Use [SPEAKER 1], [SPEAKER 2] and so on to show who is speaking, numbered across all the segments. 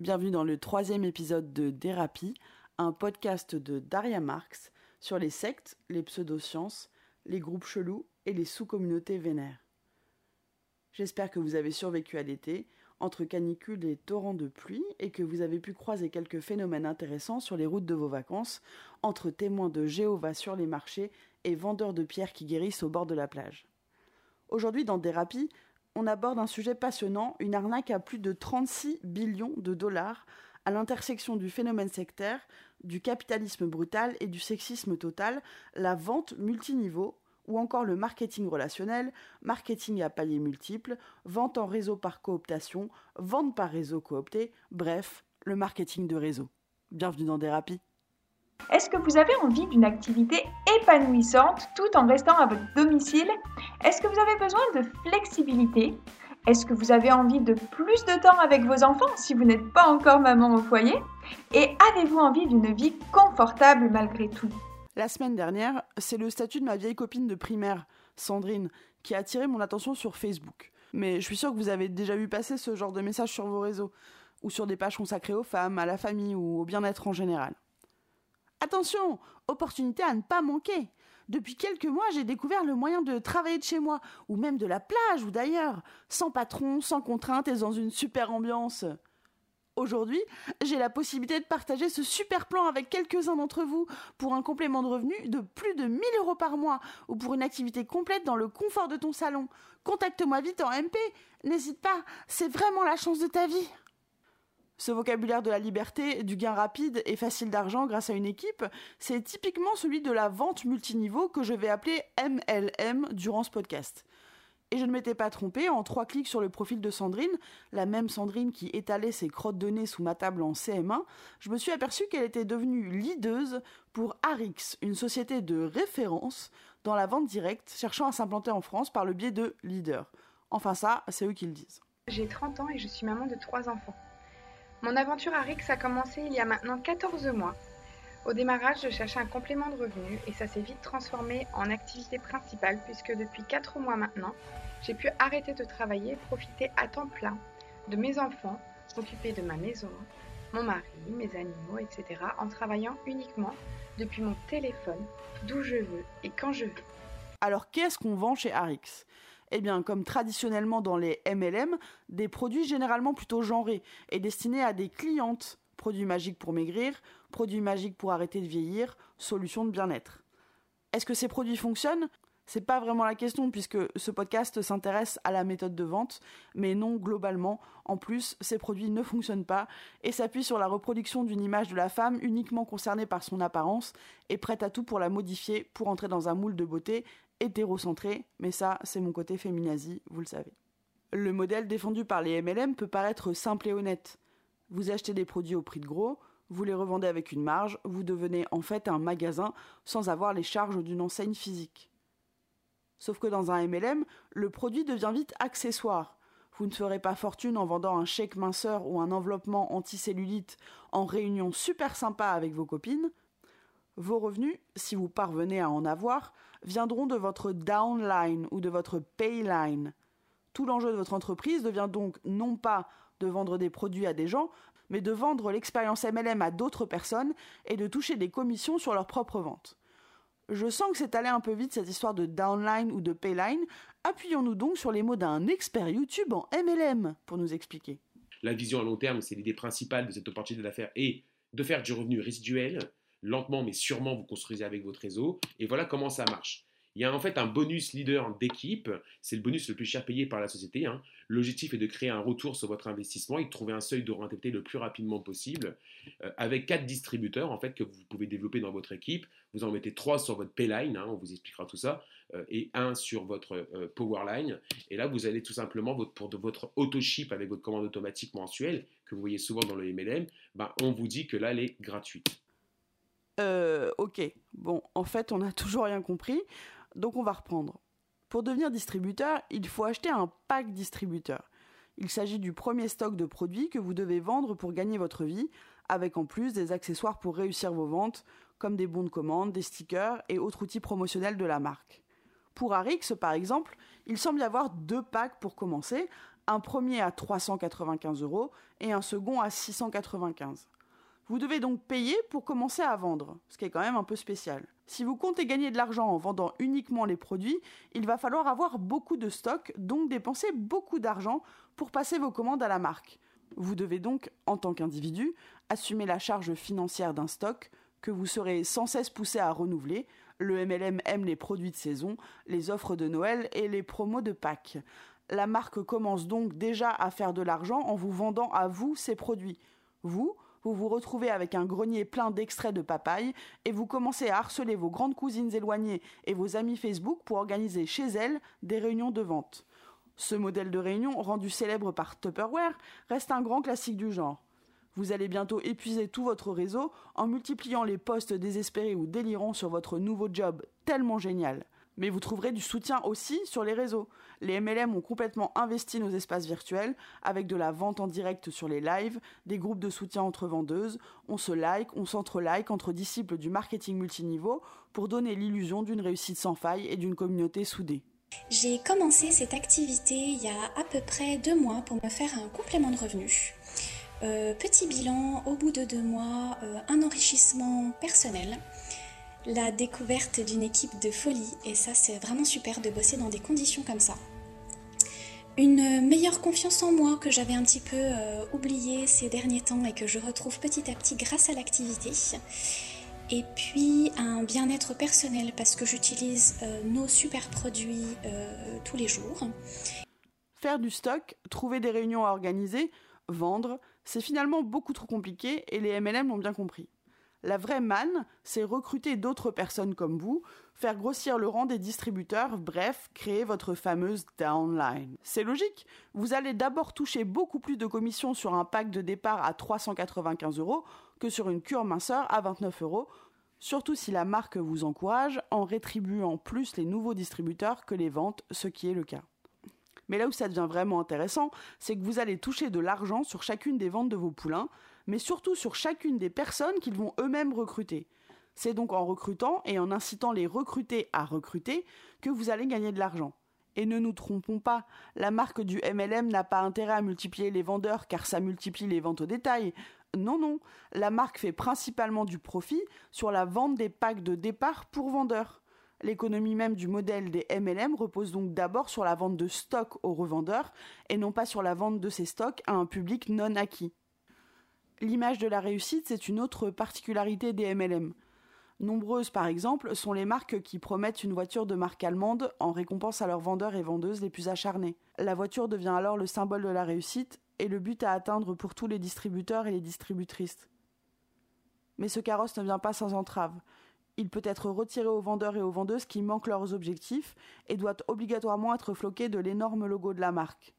[SPEAKER 1] Bienvenue dans le 3e épisode de Thérapie, un podcast de Daria Marx sur les sectes, les pseudosciences, les groupes chelous et les sous-communautés vénères. J'espère que vous avez survécu à l'été, entre canicules et torrents de pluie, et que vous avez pu croiser quelques phénomènes intéressants sur les routes de vos vacances, entre témoins de Jéhovah sur les marchés et vendeurs de pierres qui guérissent au bord de la plage. Aujourd'hui, dans Thérapie, on aborde un sujet passionnant, une arnaque à plus de 36 billions de dollars à l'intersection du phénomène sectaire, du capitalisme brutal et du sexisme total, la vente multiniveau, ou encore le marketing relationnel, marketing à paliers multiples, vente en réseau par cooptation, vente par réseau coopté, bref, le marketing de réseau. Bienvenue dans Thérapie.
[SPEAKER 2] Est-ce que vous avez envie d'une activité épanouissante tout en restant à votre domicile ? Est-ce que vous avez besoin de flexibilité ? Est-ce que vous avez envie de plus de temps avec vos enfants si vous n'êtes pas encore maman au foyer ? Et avez-vous envie d'une vie confortable malgré tout ?
[SPEAKER 1] La semaine dernière, c'est le statut de ma vieille copine de primaire, Sandrine, qui a attiré mon attention sur Facebook. Mais je suis sûre que vous avez déjà vu passer ce genre de messages sur vos réseaux, ou sur des pages consacrées aux femmes, à la famille ou au bien-être en général. Attention, opportunité à ne pas manquer. Depuis quelques mois, j'ai découvert le moyen de travailler de chez moi, ou même de la plage ou d'ailleurs, sans patron, sans contrainte et dans une super ambiance. Aujourd'hui, j'ai la possibilité de partager ce super plan avec quelques-uns d'entre vous pour un complément de revenu de plus de 1 000 € par mois ou pour une activité complète dans le confort de ton salon. Contacte-moi vite en MP, n'hésite pas, c'est vraiment la chance de ta vie. Ce vocabulaire de la liberté, du gain rapide et facile d'argent grâce à une équipe, c'est typiquement celui de la vente multiniveau que je vais appeler MLM durant ce podcast. Et je ne m'étais pas trompée, en 3 clics sur le profil de Sandrine, la même Sandrine qui étalait ses crottes de nez sous ma table en CM1, je me suis aperçue qu'elle était devenue leaduse pour Arix, une société de référence dans la vente directe cherchant à s'implanter en France par le biais de leaders. Enfin ça, c'est eux qui le disent.
[SPEAKER 3] J'ai 30 ans et je suis maman de 3 enfants. Mon aventure Arix a commencé il y a maintenant 14 mois. Au démarrage, je cherchais un complément de revenu et ça s'est vite transformé en activité principale puisque depuis 4 mois maintenant, j'ai pu arrêter de travailler et profiter à temps plein de mes enfants, m'occuper de ma maison, mon mari, mes animaux, etc. en travaillant uniquement depuis mon téléphone, d'où je veux et quand je veux.
[SPEAKER 1] Alors qu'est-ce qu'on vend chez Arix ? Eh bien, comme traditionnellement dans les MLM, des produits généralement plutôt genrés et destinés à des clientes. Produits magiques pour maigrir, produits magiques pour arrêter de vieillir, solutions de bien-être. Est-ce que ces produits fonctionnent ? C'est pas vraiment la question puisque ce podcast s'intéresse à la méthode de vente, mais non globalement. En plus, ces produits ne fonctionnent pas et s'appuient sur la reproduction d'une image de la femme uniquement concernée par son apparence et prête à tout pour la modifier pour entrer dans un moule de beauté hétérocentré, mais ça, c'est mon côté féminazi, vous le savez. Le modèle défendu par les MLM peut paraître simple et honnête. Vous achetez des produits au prix de gros, vous les revendez avec une marge, vous devenez en fait un magasin sans avoir les charges d'une enseigne physique. Sauf que dans un MLM, le produit devient vite accessoire. Vous ne ferez pas fortune en vendant un shake minceur ou un enveloppement anticellulite en réunion super sympa avec vos copines. Vos revenus, si vous parvenez à en avoir, viendront de votre downline ou de votre payline. Tout l'enjeu de votre entreprise devient donc non pas de vendre des produits à des gens, mais de vendre l'expérience MLM à d'autres personnes et de toucher des commissions sur leurs propres ventes. Je sens que c'est allé un peu vite cette histoire de downline ou de payline. Appuyons-nous donc sur les mots d'un expert YouTube en MLM pour nous expliquer.
[SPEAKER 4] La vision à long terme, c'est l'idée principale de cette opportunité d'affaires et de faire du revenu résiduel. Lentement mais sûrement, vous construisez avec votre réseau. Et voilà comment ça marche. Il y a en fait un bonus leader d'équipe. C'est le bonus le plus cher payé par la société. L'objectif est de créer un retour sur votre investissement et de trouver un seuil de rentabilité le plus rapidement possible avec 4 distributeurs en fait, que vous pouvez développer dans votre équipe. Vous en mettez 3 sur votre payline, on vous expliquera tout ça, et 1 sur votre powerline. Et là, vous allez tout simplement, pour votre auto-ship avec votre commande automatique mensuelle, que vous voyez souvent dans le MLM, on vous dit que là, elle est gratuite.
[SPEAKER 1] Ok, bon, en fait, on n'a toujours rien compris, donc on va reprendre. Pour devenir distributeur, il faut acheter un pack distributeur. Il s'agit du premier stock de produits que vous devez vendre pour gagner votre vie, avec en plus des accessoires pour réussir vos ventes, comme des bons de commande, des stickers et autres outils promotionnels de la marque. Pour Arix, par exemple, il semble y avoir 2 packs pour commencer, un premier à 395 € et un second à 695. Vous devez donc payer pour commencer à vendre, ce qui est quand même un peu spécial. Si vous comptez gagner de l'argent en vendant uniquement les produits, il va falloir avoir beaucoup de stock, donc dépenser beaucoup d'argent pour passer vos commandes à la marque. Vous devez donc, en tant qu'individu, assumer la charge financière d'un stock que vous serez sans cesse poussé à renouveler. Le MLM aime les produits de saison, les offres de Noël et les promos de Pâques. La marque commence donc déjà à faire de l'argent en vous vendant à vous ses produits. Vous vous retrouvez avec un grenier plein d'extraits de papaye et vous commencez à harceler vos grandes cousines éloignées et vos amis Facebook pour organiser chez elles des réunions de vente. Ce modèle de réunion, rendu célèbre par Tupperware, reste un grand classique du genre. Vous allez bientôt épuiser tout votre réseau en multipliant les posts désespérés ou délirants sur votre nouveau job tellement génial. Mais vous trouverez du soutien aussi sur les réseaux. Les MLM ont complètement investi nos espaces virtuels avec de la vente en direct sur les lives, des groupes de soutien entre vendeuses, on se like, on s'entre-like entre disciples du marketing multiniveau pour donner l'illusion d'une réussite sans faille et d'une communauté soudée.
[SPEAKER 5] J'ai commencé cette activité il y a à peu près 2 mois pour me faire un complément de revenus. Petit bilan, au bout de 2 mois, un enrichissement personnel, la découverte d'une équipe de folie, et ça c'est vraiment super de bosser dans des conditions comme ça. Une meilleure confiance en moi que j'avais un petit peu oubliée ces derniers temps et que je retrouve petit à petit grâce à l'activité. Et puis un bien-être personnel parce que j'utilise nos super produits tous les jours.
[SPEAKER 1] Faire du stock, trouver des réunions à organiser, vendre, c'est finalement beaucoup trop compliqué et les MLM l'ont bien compris. La vraie manne, c'est recruter d'autres personnes comme vous, faire grossir le rang des distributeurs, bref, créer votre fameuse downline. C'est logique, vous allez d'abord toucher beaucoup plus de commissions sur un pack de départ à 395 € que sur une cure minceur à 29 €, surtout si la marque vous encourage en rétribuant plus les nouveaux distributeurs que les ventes, ce qui est le cas. Mais là où ça devient vraiment intéressant, c'est que vous allez toucher de l'argent sur chacune des ventes de vos poulains, mais surtout sur chacune des personnes qu'ils vont eux-mêmes recruter. C'est donc en recrutant et en incitant les recrutés à recruter que vous allez gagner de l'argent. Et ne nous trompons pas, la marque du MLM n'a pas intérêt à multiplier les vendeurs car ça multiplie les ventes au détail. Non, la marque fait principalement du profit sur la vente des packs de départ pour vendeurs. L'économie même du modèle des MLM repose donc d'abord sur la vente de stocks aux revendeurs et non pas sur la vente de ces stocks à un public non acquis. L'image de la réussite, c'est une autre particularité des MLM. Nombreuses, par exemple, sont les marques qui promettent une voiture de marque allemande en récompense à leurs vendeurs et vendeuses les plus acharnés. La voiture devient alors le symbole de la réussite et le but à atteindre pour tous les distributeurs et les distributrices. Mais ce carrosse ne vient pas sans entrave. Il peut être retiré aux vendeurs et aux vendeuses qui manquent leurs objectifs et doit obligatoirement être floqué de l'énorme logo de la marque.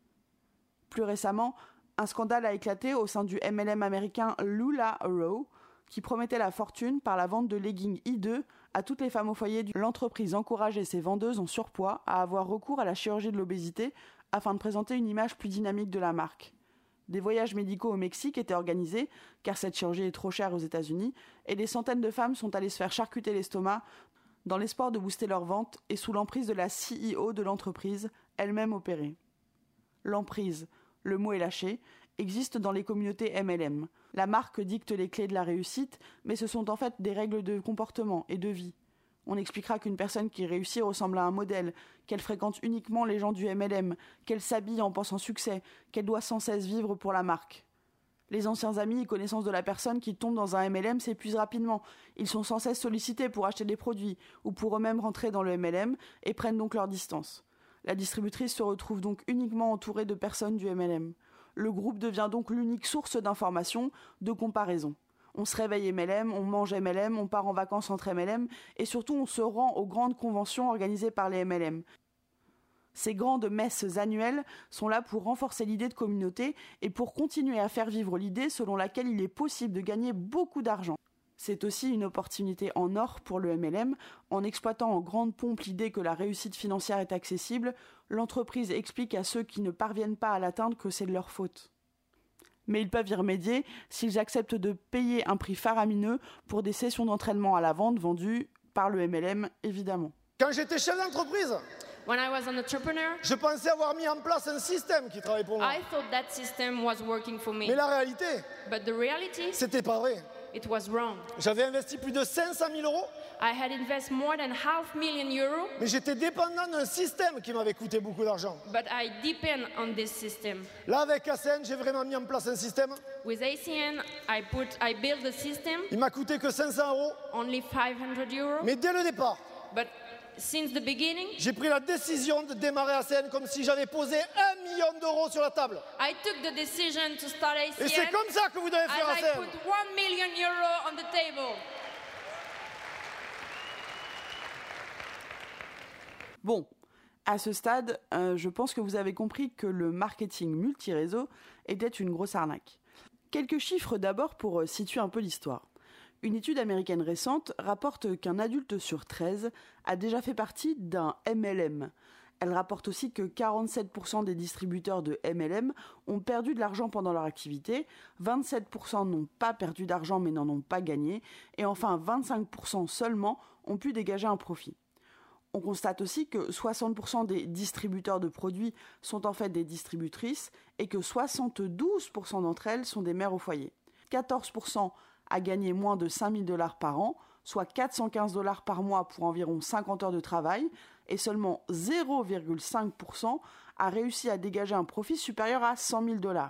[SPEAKER 1] Plus récemment, un scandale a éclaté au sein du MLM américain LuLaRoe, qui promettait la fortune par la vente de leggings hideux à toutes les femmes au foyer. L'entreprise encourageait ses vendeuses en surpoids à avoir recours à la chirurgie de l'obésité afin de présenter une image plus dynamique de la marque. Des voyages médicaux au Mexique étaient organisés, car cette chirurgie est trop chère aux États-Unis, et des centaines de femmes sont allées se faire charcuter l'estomac dans l'espoir de booster leurs ventes et sous l'emprise de la CEO de l'entreprise, elle-même opérée. L'emprise, le mot est lâché, existe dans les communautés MLM. La marque dicte les clés de la réussite, mais ce sont en fait des règles de comportement et de vie. On expliquera qu'une personne qui réussit ressemble à un modèle, qu'elle fréquente uniquement les gens du MLM, qu'elle s'habille en pensant succès, qu'elle doit sans cesse vivre pour la marque. Les anciens amis et connaissances de la personne qui tombe dans un MLM s'épuisent rapidement. Ils sont sans cesse sollicités pour acheter des produits ou pour eux-mêmes rentrer dans le MLM et prennent donc leur distance. La distributrice se retrouve donc uniquement entourée de personnes du MLM. Le groupe devient donc l'unique source d'information, de comparaison. On se réveille MLM, on mange MLM, on part en vacances entre MLM et surtout on se rend aux grandes conventions organisées par les MLM. Ces grandes messes annuelles sont là pour renforcer l'idée de communauté et pour continuer à faire vivre l'idée selon laquelle il est possible de gagner beaucoup d'argent. C'est aussi une opportunité en or pour le MLM. En exploitant en grande pompe l'idée que la réussite financière est accessible, l'entreprise explique à ceux qui ne parviennent pas à l'atteindre que c'est de leur faute. Mais ils peuvent y remédier s'ils acceptent de payer un prix faramineux pour des sessions d'entraînement à la vente vendues par le MLM, évidemment.
[SPEAKER 6] Quand j'étais chef d'entreprise, When I was an entrepreneur,
[SPEAKER 7] Je pensais avoir mis en place un système qui travaillait pour moi.
[SPEAKER 6] I thought that system was working for me.
[SPEAKER 7] Mais la réalité,
[SPEAKER 6] But the reality,
[SPEAKER 7] c'était pas vrai.
[SPEAKER 6] it was wrong.
[SPEAKER 7] J'avais investi plus de 500 000 euros,
[SPEAKER 6] I had invested more than €500,000,
[SPEAKER 7] mais j'étais dépendant d'un système qui m'avait coûté beaucoup d'argent.
[SPEAKER 6] but I depend on this system.
[SPEAKER 7] Là, avec ACN, j'ai vraiment mis en place un système.
[SPEAKER 6] With ACN, I built the system,
[SPEAKER 7] Il m'a coûté que 500 euros,
[SPEAKER 6] only €500.
[SPEAKER 7] mais dès le départ,
[SPEAKER 6] But since the beginning,
[SPEAKER 7] j'ai pris la décision de démarrer ACN comme si j'avais posé 1 million d'euros sur la table.
[SPEAKER 6] I took the decision to start
[SPEAKER 7] Et c'est
[SPEAKER 6] ACN
[SPEAKER 7] comme ça que vous devez faire
[SPEAKER 6] as I
[SPEAKER 7] ACN.
[SPEAKER 6] put €1 million on the table.
[SPEAKER 1] Bon, à ce stade, je pense que vous avez compris que le marketing multiréseau était une grosse arnaque. Quelques chiffres d'abord pour situer un peu l'histoire. Une étude américaine récente rapporte qu'un adulte sur 13 a déjà fait partie d'un MLM. Elle rapporte aussi que 47% des distributeurs de MLM ont perdu de l'argent pendant leur activité, 27% n'ont pas perdu d'argent mais n'en ont pas gagné, et enfin 25% seulement ont pu dégager un profit. On constate aussi que 60% des distributeurs de produits sont en fait des distributrices et que 72% d'entre elles sont des mères au foyer. 14% a gagné moins de $5 000 par an, soit $415 par mois pour environ 50 heures de travail, et seulement 0,5% a réussi à dégager un profit supérieur à $100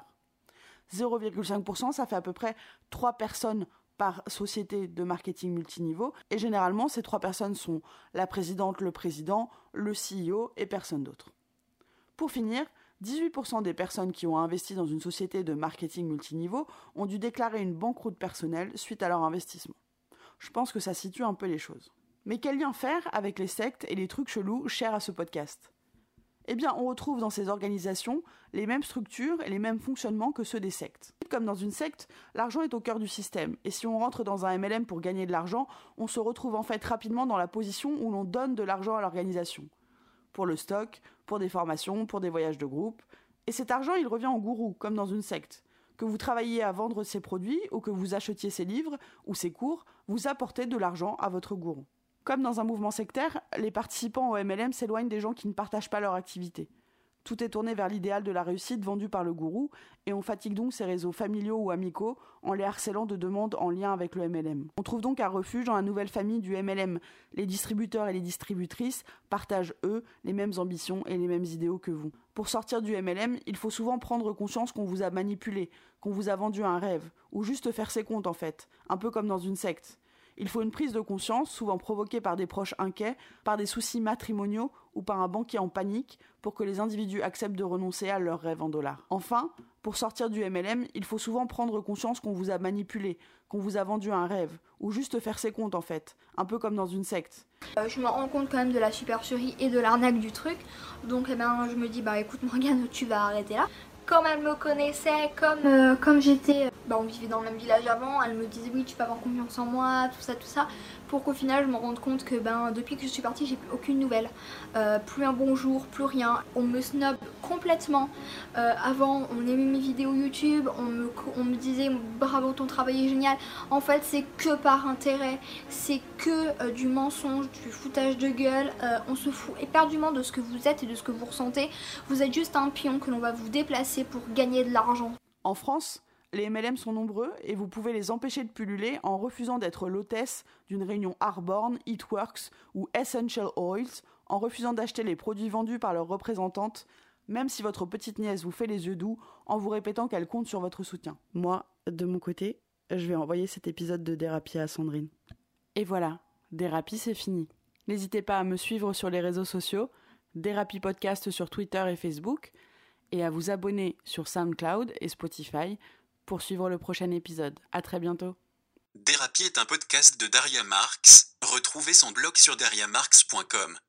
[SPEAKER 1] 000. 0,5%, ça fait à peu près 3 personnes par société de marketing multiniveau, et généralement ces 3 personnes sont la présidente, le président, le CEO et personne d'autre. Pour finir, 18% des personnes qui ont investi dans une société de marketing multiniveau ont dû déclarer une banqueroute personnelle suite à leur investissement. Je pense que ça situe un peu les choses. Mais quel lien faire avec les sectes et les trucs chelous chers à ce podcast ? Eh bien, on retrouve dans ces organisations les mêmes structures et les mêmes fonctionnements que ceux des sectes. Comme dans une secte, l'argent est au cœur du système, et si on rentre dans un MLM pour gagner de l'argent, on se retrouve en fait rapidement dans la position où l'on donne de l'argent à l'organisation. Pour le stock, pour des formations, pour des voyages de groupe. Et cet argent, il revient au gourou, comme dans une secte. Que vous travailliez à vendre ses produits, ou que vous achetiez ses livres, ou ses cours, vous apportez de l'argent à votre gourou. Comme dans un mouvement sectaire, les participants au MLM s'éloignent des gens qui ne partagent pas leur activité. Tout est tourné vers l'idéal de la réussite vendu par le gourou, et on fatigue donc ses réseaux familiaux ou amicaux en les harcelant de demandes en lien avec le MLM. On trouve donc un refuge dans la nouvelle famille du MLM. Les distributeurs et les distributrices partagent, eux, les mêmes ambitions et les mêmes idéaux que vous. Pour sortir du MLM, il faut souvent prendre conscience qu'on vous a manipulé, qu'on vous a vendu un rêve, ou juste faire ses comptes en fait, un peu comme dans une secte. Il faut une prise de conscience, souvent provoquée par des proches inquiets, par des soucis matrimoniaux ou par un banquier en panique, pour que les individus acceptent de renoncer à leurs rêves en dollars. Enfin, pour sortir du MLM, il faut souvent prendre conscience qu'on vous a manipulé, qu'on vous a vendu un rêve, ou juste faire ses comptes en fait, un peu comme dans une secte.
[SPEAKER 8] Je me rends compte quand même de la supercherie et de l'arnaque du truc, donc je me dis écoute Morgane, tu vas arrêter là. Comme elle me connaissait, comme j'étais, on vivait dans le même village avant, elle me disait oui tu peux avoir confiance en moi, tout ça, pour qu'au final je me rende compte que depuis que je suis partie j'ai plus aucune nouvelle, plus un bonjour, plus rien, on me snob complètement. Avant on aimait mes vidéos YouTube, on me disait bravo ton travail est génial, en fait c'est que par intérêt, c'est que du mensonge, du foutage de gueule, on se fout éperdument de ce que vous êtes et de ce que vous ressentez, vous êtes juste un pion que l'on va vous déplacer pour gagner de l'argent.
[SPEAKER 1] En France, les MLM sont nombreux et vous pouvez les empêcher de pulluler en refusant d'être l'hôtesse d'une réunion Harborn, Eatworks ou Essential Oils, en refusant d'acheter les produits vendus par leurs représentantes, même si votre petite nièce vous fait les yeux doux en vous répétant qu'elle compte sur votre soutien. Moi, de mon côté, je vais envoyer cet épisode de Dérapie à Sandrine. Et voilà, Dérapie c'est fini. N'hésitez pas à me suivre sur les réseaux sociaux, Dérapie Podcast sur Twitter et Facebook, et à vous abonner sur SoundCloud et Spotify pour suivre le prochain épisode. À très bientôt.
[SPEAKER 9] Dérapie est un podcast de Daria Marx. Retrouvez son blog sur dariamarx.com.